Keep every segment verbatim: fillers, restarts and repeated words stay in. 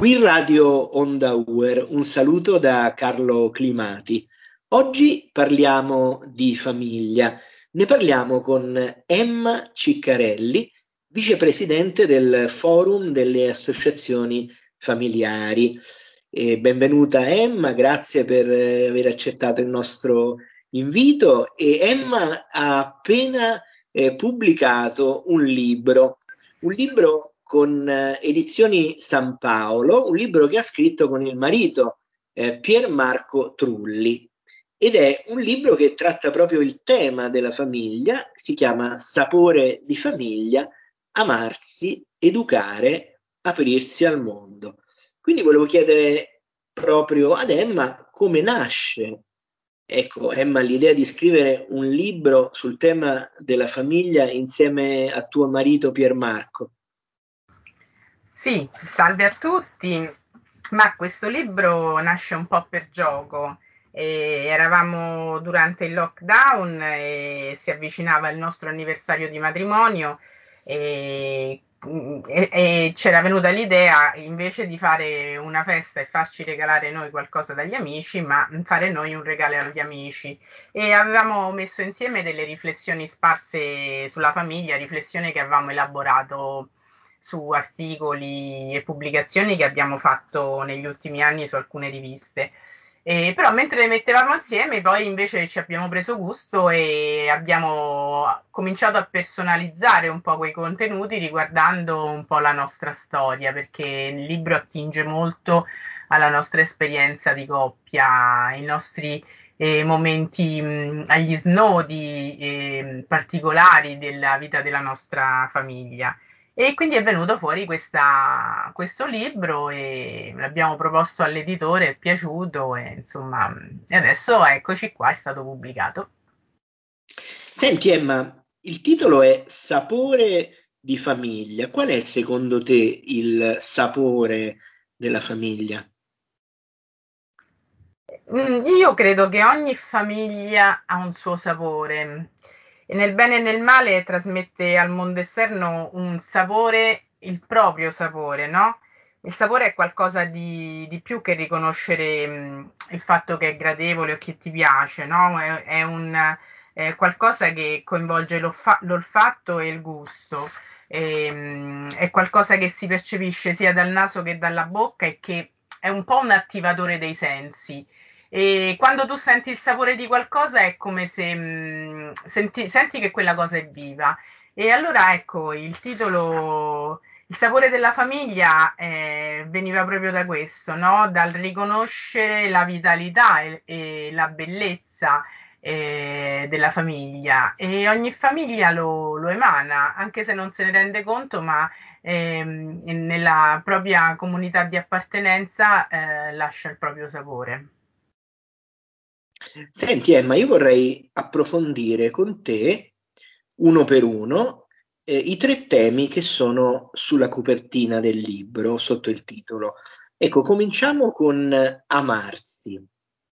Qui Radio Onda Uer, un saluto da Carlo Climati. Oggi parliamo di famiglia. Ne parliamo con Emma Ciccarelli, vicepresidente del Forum delle Associazioni Familiari. E benvenuta Emma, grazie per aver accettato il nostro invito. E Emma ha appena eh, pubblicato un libro, un libro con eh, Edizioni San Paolo, un libro che ha scritto con il marito eh, Pier Marco Trulli, ed è un libro che tratta proprio il tema della famiglia, si chiama Sapore di famiglia, amarsi, educare, aprirsi al mondo. Quindi volevo chiedere proprio ad Emma come nasce, ecco, Emma, l'idea di scrivere un libro sul tema della famiglia insieme a tuo marito Pier Marco. Sì, salve a tutti, ma questo libro nasce un po' per gioco. E eravamo durante il lockdown e si avvicinava il nostro anniversario di matrimonio e, e, e c'era venuta l'idea, invece di fare una festa e farci regalare noi qualcosa dagli amici, ma fare noi un regalo agli amici. E avevamo messo insieme delle riflessioni sparse sulla famiglia, riflessioni che avevamo elaborato su articoli e pubblicazioni che abbiamo fatto negli ultimi anni su alcune riviste. Eh, però mentre le mettevamo insieme poi invece ci abbiamo preso gusto e abbiamo cominciato a personalizzare un po' quei contenuti riguardando un po' la nostra storia, perché il libro attinge molto alla nostra esperienza di coppia, ai nostri eh, momenti, mh, agli snodi eh, particolari della vita della nostra famiglia. E quindi è venuto fuori questa, questo libro e l'abbiamo proposto all'editore, è piaciuto e insomma, e adesso eccoci qua, è stato pubblicato. Senti Emma, il titolo è Sapore di famiglia. Qual è secondo te il sapore della famiglia? Mm, Io credo che ogni famiglia ha un suo sapore e nel bene e nel male trasmette al mondo esterno un sapore, il proprio sapore, no? Il sapore è qualcosa di, di più che riconoscere mm, il fatto che è gradevole o che ti piace, no? È, è un, è qualcosa che coinvolge l'olfa- l'olfatto e il gusto. E, mm, è qualcosa che si percepisce sia dal naso che dalla bocca e che è un po' un attivatore dei sensi. E quando tu senti il sapore di qualcosa è come se mh, senti, senti che quella cosa è viva. E allora ecco, il titolo Il sapore della famiglia eh, veniva proprio da questo, no? Dal riconoscere la vitalità e, e la bellezza eh, della famiglia. E ogni famiglia lo, lo emana, anche se non se ne rende conto, ma ehm, nella propria comunità di appartenenza eh, lascia il proprio sapore. Senti Emma, io vorrei approfondire con te, uno per uno, eh, i tre temi che sono sulla copertina del libro, sotto il titolo. Ecco, cominciamo con amarsi.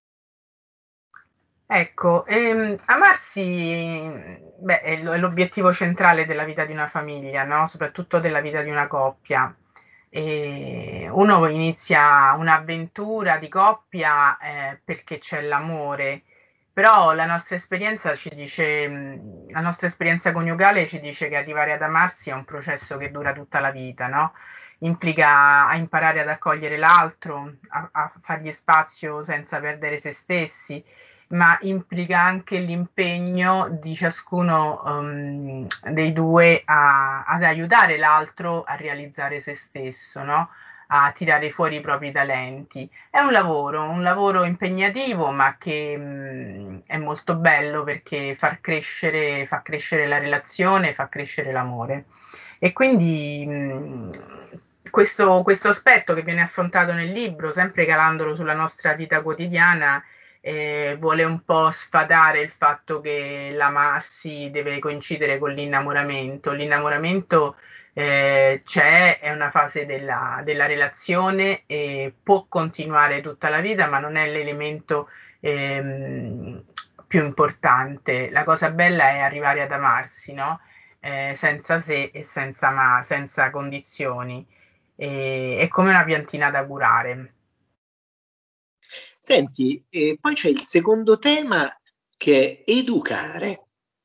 Ecco, ehm, amarsi, beh, è l- è l'obiettivo centrale della vita di una famiglia, no? Soprattutto della vita di una coppia. E uno inizia un'avventura di coppia eh, perché c'è l'amore, però la nostra esperienza ci dice, mh, la nostra esperienza coniugale ci dice che arrivare ad amarsi è un processo che dura tutta la vita, no? Implica a imparare ad accogliere l'altro, a, a fargli spazio senza perdere se stessi, ma implica anche l'impegno di ciascuno um, dei due a, ad aiutare l'altro a realizzare se stesso, no? A tirare fuori i propri talenti. È un lavoro, un lavoro impegnativo, ma che mh, è molto bello perché far crescere, fa crescere la relazione, fa crescere l'amore. E quindi mh, questo, questo aspetto che viene affrontato nel libro, sempre calandolo sulla nostra vita quotidiana, eh, vuole un po' sfatare il fatto che l'amarsi deve coincidere con l'innamoramento. L'innamoramento eh, c'è, è una fase della, della relazione e può continuare tutta la vita, ma non è l'elemento ehm, più importante. La cosa bella è arrivare ad amarsi, no? Eh, senza se e senza, ma, senza condizioni. e, è come una piantina da curare. Senti, eh, poi c'è il secondo tema che è educare.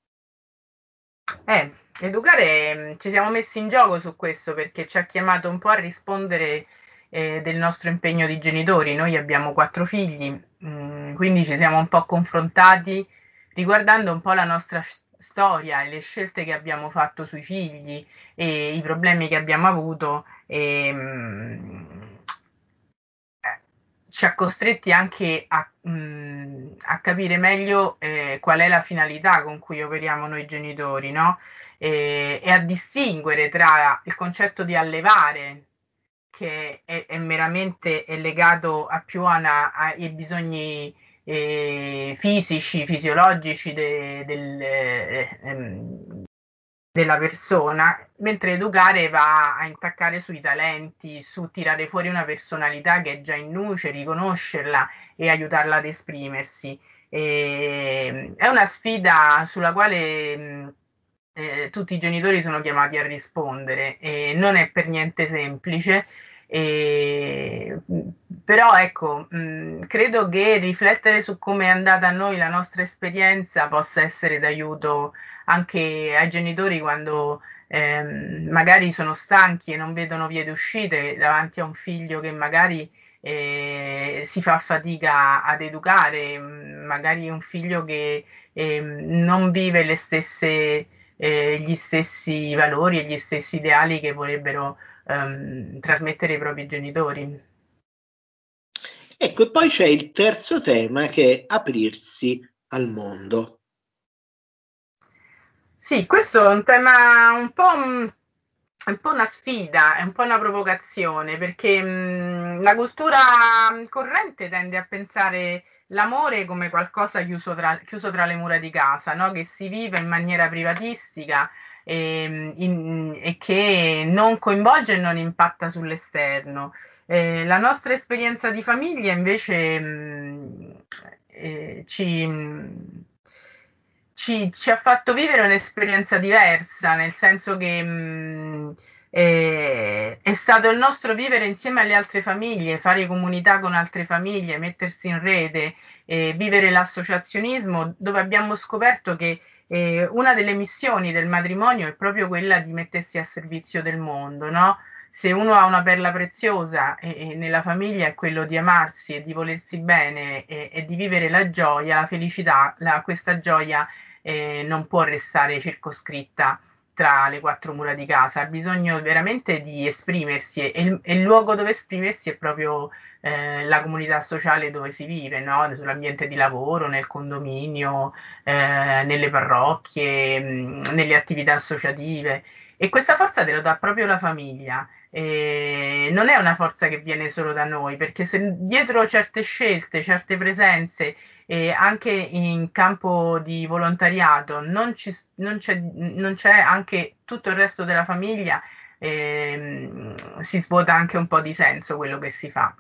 Eh, educare, mh, ci siamo messi in gioco su questo perché ci ha chiamato un po' a rispondere eh, del nostro impegno di genitori. Noi abbiamo quattro figli, mh, quindi ci siamo un po' confrontati riguardando un po' la nostra s- storia e le scelte che abbiamo fatto sui figli e i problemi che abbiamo avuto. E, mh, eh, ci ha costretti anche a, mh, a capire meglio eh, qual è la finalità con cui operiamo noi genitori, no? E, e a distinguere tra il concetto di allevare, che è, è meramente è legato a più a una, ai bisogni eh, fisici, fisiologici de, del, eh, ehm, della persona, mentre educare va a intaccare sui talenti, su tirare fuori una personalità che è già in luce, riconoscerla e aiutarla ad esprimersi. E, è una sfida sulla quale mh, eh, tutti i genitori sono chiamati a rispondere e non è per niente semplice. E, però ecco, mh, credo che riflettere su come è andata a noi la nostra esperienza possa essere d'aiuto anche ai genitori quando ehm, magari sono stanchi e non vedono vie d'uscita davanti a un figlio che magari eh, si fa fatica ad educare, magari un figlio che eh, non vive le stesse, eh, gli stessi valori e gli stessi ideali che vorrebbero ehm, trasmettere i propri genitori. Ecco, e poi c'è il terzo tema che è aprirsi al mondo. Sì, questo è un tema un po', mh, un po' una sfida, è un po' una provocazione, perché mh, la cultura corrente tende a pensare l'amore come qualcosa chiuso tra, chiuso tra le mura di casa, no? Che si vive in maniera privatistica e, in- e che non coinvolge e non impatta sull'esterno. Eh, la nostra esperienza di famiglia invece mh, eh, ci, mh, ci, ci ha fatto vivere un'esperienza diversa, nel senso che mh, eh, è stato il nostro vivere insieme alle altre famiglie, fare comunità con altre famiglie, mettersi in rete, eh, vivere l'associazionismo, dove abbiamo scoperto che eh, una delle missioni del matrimonio è proprio quella di mettersi a servizio del mondo, no? Se uno ha una perla preziosa e, e nella famiglia è quello di amarsi e di volersi bene e, e di vivere la gioia, la felicità, la, questa gioia eh, non può restare circoscritta tra le quattro mura di casa, ha bisogno veramente di esprimersi e il, e il luogo dove esprimersi è proprio eh, la comunità sociale dove si vive, no? Sull'ambiente di lavoro, nel condominio, eh, nelle parrocchie, mh, nelle attività associative. E questa forza te lo dà proprio la famiglia. E non è una forza che viene solo da noi, perché se dietro certe scelte, certe presenze, e anche in campo di volontariato non, ci, non, c'è, non c'è anche tutto il resto della famiglia, ehm, si svuota anche un po' di senso quello che si fa.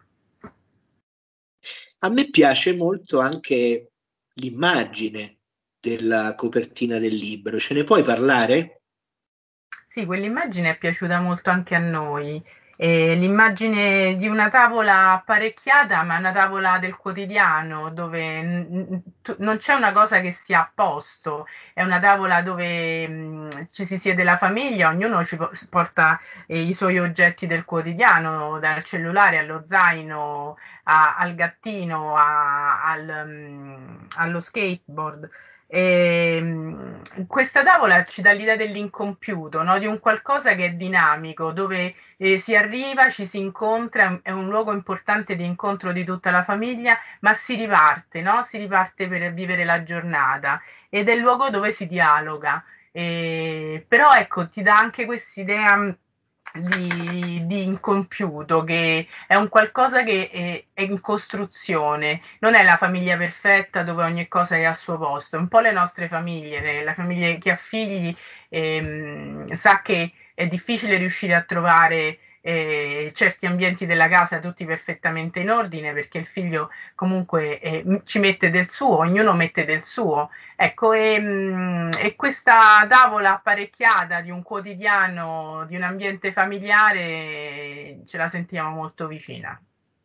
A me piace molto anche l'immagine della copertina del libro. Ce ne puoi parlare? Sì, quell'immagine è piaciuta molto anche a noi. E l'immagine di una tavola apparecchiata, ma una tavola del quotidiano, dove n- n- non c'è una cosa che sia a posto, è una tavola dove mh, ci si siede la famiglia, ognuno ci po- porta eh, i suoi oggetti del quotidiano, dal cellulare allo zaino, a- al gattino, a- al, mh, allo skateboard. E, mh, questa tavola ci dà l'idea dell'incompiuto, no? Di un qualcosa che è dinamico, dove eh, si arriva, ci si incontra, è un luogo importante di incontro di tutta la famiglia, ma si riparte, no? Si riparte per vivere la giornata ed è il luogo dove si dialoga. E, però ecco, ti dà anche quest'idea di, di incompiuto, che è un qualcosa che è, è in costruzione, non è la famiglia perfetta dove ogni cosa è al suo posto, un po' le nostre famiglie, le, la famiglia chi ha figli ehm, sa che è difficile riuscire a trovare eh, certi ambienti della casa tutti perfettamente in ordine, perché il figlio comunque eh, ci mette del suo, ognuno mette del suo. Ecco, e, mh, e questa tavola apparecchiata di un quotidiano, di un ambiente familiare, ce la sentiamo molto vicina.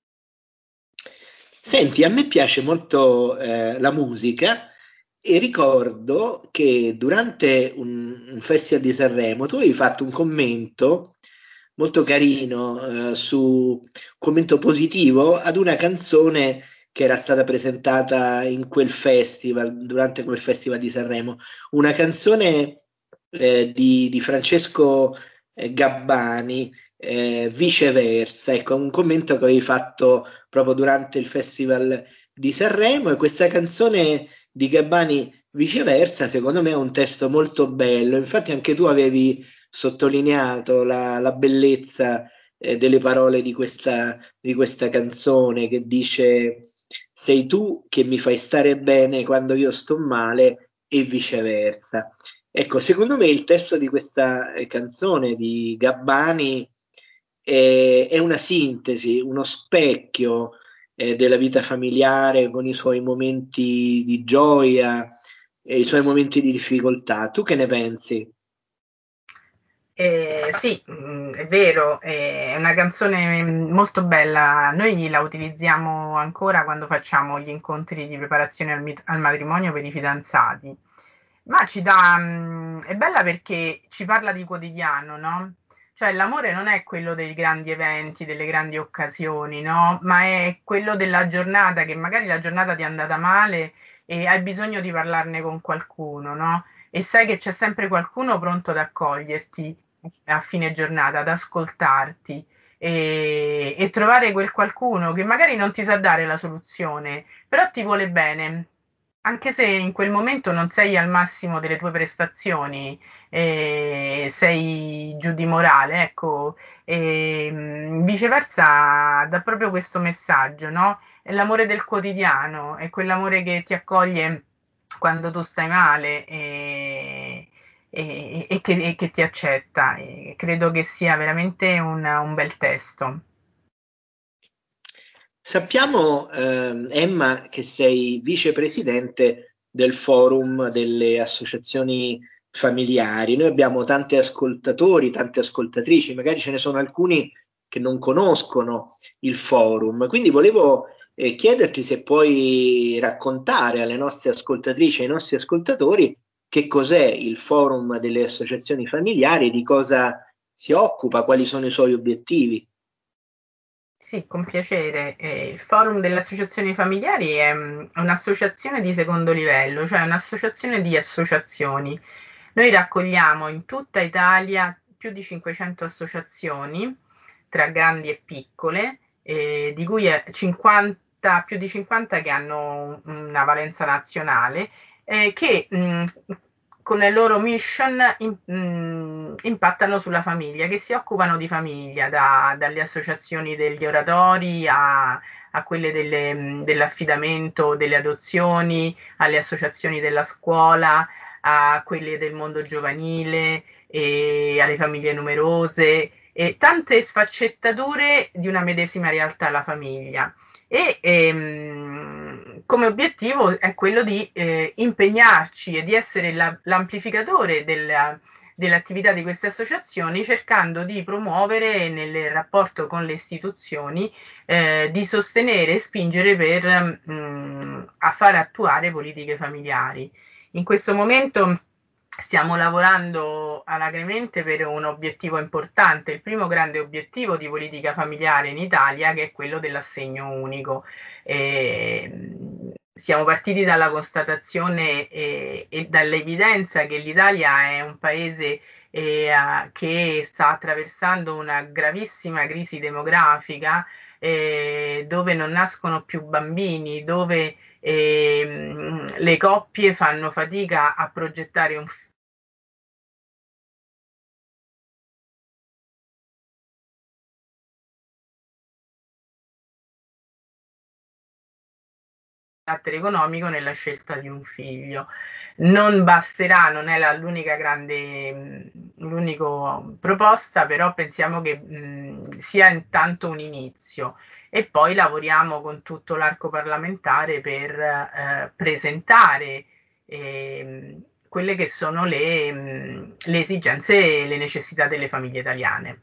Senti, a me piace molto eh, la musica e ricordo che durante un, un festival di Sanremo tu avevi fatto un commento molto carino, eh, su un commento positivo ad una canzone che era stata presentata in quel festival, durante quel festival di Sanremo, una canzone eh, di, di Francesco eh, Gabbani, eh, Viceversa, ecco, un commento che avevi fatto proprio durante il Festival di Sanremo, e questa canzone di Gabbani Viceversa, secondo me è un testo molto bello. Infatti anche tu avevi sottolineato la, la bellezza eh, delle parole di questa, di questa canzone che dice: sei tu che mi fai stare bene quando io sto male e viceversa. Ecco, secondo me il testo di questa eh, canzone di Gabbani è, è una sintesi, uno specchio eh, della vita familiare con i suoi momenti di gioia e i suoi momenti di difficoltà. Tu che ne pensi? Eh, sì, mh, è vero, è una canzone molto bella. Noi la utilizziamo ancora quando facciamo gli incontri di preparazione al, mit- al matrimonio per i fidanzati. Ma ci dà, mh, è bella perché ci parla di quotidiano, no? Cioè l'amore non è quello dei grandi eventi, delle grandi occasioni, no? Ma è quello della giornata, che magari la giornata ti è andata male e hai bisogno di parlarne con qualcuno, no? E sai che c'è sempre qualcuno pronto ad accoglierti a fine giornata, ad ascoltarti e, e trovare quel qualcuno che magari non ti sa dare la soluzione, però ti vuole bene, anche se in quel momento non sei al massimo delle tue prestazioni, eh, sei giù di morale, ecco, e mh, viceversa dà proprio questo messaggio, no? È l'amore del quotidiano, è quell'amore che ti accoglie quando tu stai male e, e- e che, e che ti accetta. E credo che sia veramente un, un bel testo. Sappiamo, ehm, Emma, che sei vicepresidente del forum delle associazioni familiari. Noi abbiamo tanti ascoltatori, tante ascoltatrici, magari ce ne sono alcuni che non conoscono il forum. Quindi volevo eh, chiederti se puoi raccontare alle nostre ascoltatrici e ai nostri ascoltatori che cos'è il forum delle associazioni familiari, di cosa si occupa, quali sono i suoi obiettivi. Sì, con piacere. Eh, il Forum delle Associazioni Familiari è mm, un'associazione di secondo livello, cioè un'associazione di associazioni. Noi raccogliamo in tutta Italia più di cinquecento associazioni, tra grandi e piccole, eh, di cui è cinquanta, più di cinquanta che hanno una valenza nazionale, eh, che mh, con le loro mission in- mh, impattano sulla famiglia, che si occupano di famiglia, da- dalle associazioni degli oratori a, a quelle delle, mh, dell'affidamento, delle adozioni, alle associazioni della scuola, a quelle del mondo giovanile, e alle famiglie numerose, e tante sfaccettature di una medesima realtà, la famiglia. E ehm, come obiettivo è quello di eh, impegnarci e di essere la- l'amplificatore della, dell'attività di queste associazioni, cercando di promuovere nel rapporto con le istituzioni, eh, di sostenere e spingere per mh, a far attuare politiche familiari. In questo momento stiamo lavorando alacremente per un obiettivo importante, il primo grande obiettivo di politica familiare in Italia, che è quello dell'assegno unico. Eh, siamo partiti dalla constatazione e, e dall'evidenza che l'Italia è un paese eh, che sta attraversando una gravissima crisi demografica, eh, dove non nascono più bambini, dove ehm, le coppie fanno fatica a progettare un carattere economico nella scelta di un figlio. Non basterà, non è la, l'unica grande, l'unica proposta, però pensiamo che mh, sia intanto un inizio e poi lavoriamo con tutto l'arco parlamentare per eh, presentare eh, quelle che sono le, mh, le esigenze e le necessità delle famiglie italiane.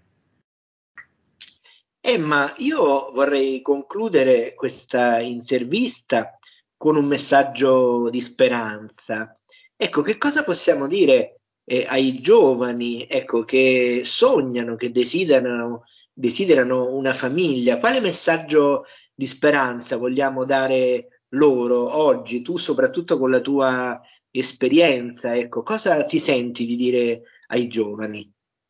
Emma, io vorrei concludere questa intervista con un messaggio di speranza. Ecco, che cosa possiamo dire eh, ai giovani, ecco, che sognano, che desiderano, desiderano una famiglia? Quale messaggio di speranza vogliamo dare loro oggi? Tu, soprattutto con la tua esperienza, ecco, cosa ti senti di dire ai giovani?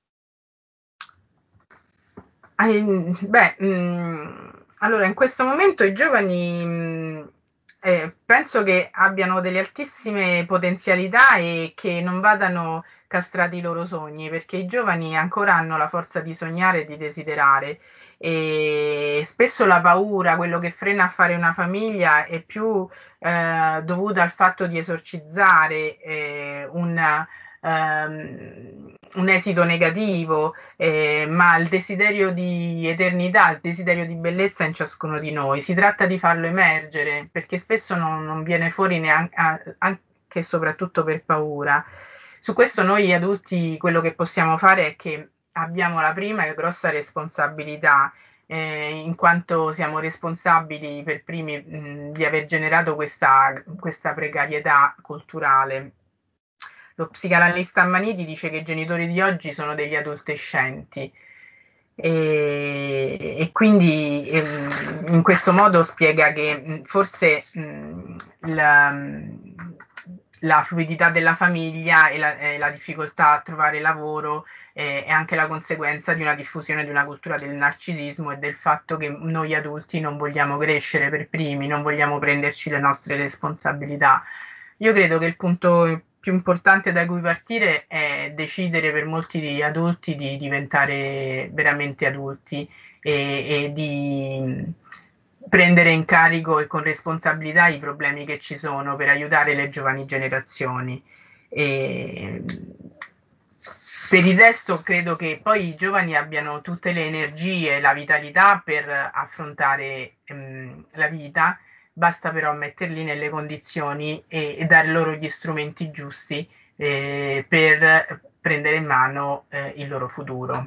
Eh, beh, mh, allora in questo momento i giovani mh, eh, penso che abbiano delle altissime potenzialità e che non vadano castrati i loro sogni, perché i giovani ancora hanno la forza di sognare e di desiderare e spesso la paura, quello che frena a fare una famiglia è più eh, dovuta al fatto di esorcizzare eh, una, um, un esito negativo, eh, ma il desiderio di eternità, il desiderio di bellezza è in ciascuno di noi. Si tratta di farlo emergere, perché spesso non, non viene fuori neanche, anche e soprattutto per paura. Su questo noi adulti quello che possiamo fare è che abbiamo la prima e grossa responsabilità, eh, in quanto siamo responsabili per primi mh, di aver generato questa, questa precarietà culturale. Lo psicanalista Ammaniti dice che i genitori di oggi sono degli adolescenti e, e quindi ehm, in questo modo spiega che mh, forse mh, la, la fluidità della famiglia e la, e la difficoltà a trovare lavoro eh, è anche la conseguenza di una diffusione di una cultura del narcisismo e del fatto che noi adulti non vogliamo crescere per primi, non vogliamo prenderci le nostre responsabilità. Io credo che il punto più importante da cui partire è decidere per molti adulti di diventare veramente adulti e, e di prendere in carico e con responsabilità i problemi che ci sono per aiutare le giovani generazioni. E per il resto credo che poi i giovani abbiano tutte le energie e la vitalità per affrontare ehm, la vita, basta però metterli nelle condizioni e, e dare loro gli strumenti giusti eh, per prendere in mano eh, il loro futuro.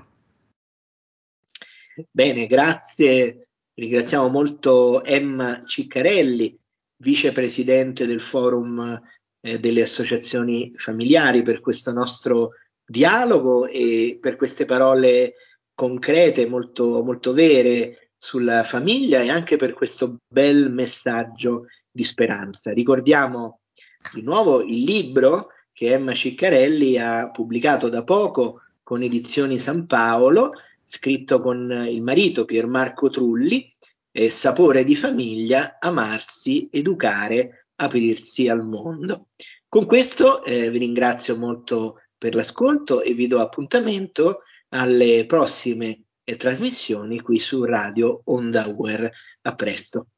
Bene, grazie. Ringraziamo molto Emma Ciccarelli, vicepresidente del Forum eh, delle associazioni familiari, per questo nostro dialogo e per queste parole concrete, molto, molto vere sulla famiglia e anche per questo bel messaggio di speranza. Ricordiamo di nuovo il libro che Emma Ciccarelli ha pubblicato da poco con Edizioni San Paolo, scritto con il marito Piermarco Trulli, eh, Sapore di famiglia, amarsi, educare, aprirsi al mondo. Con questo eh, vi ringrazio molto per l'ascolto e vi do appuntamento alle prossime eh, trasmissioni qui su Radio Onda Uer. A presto.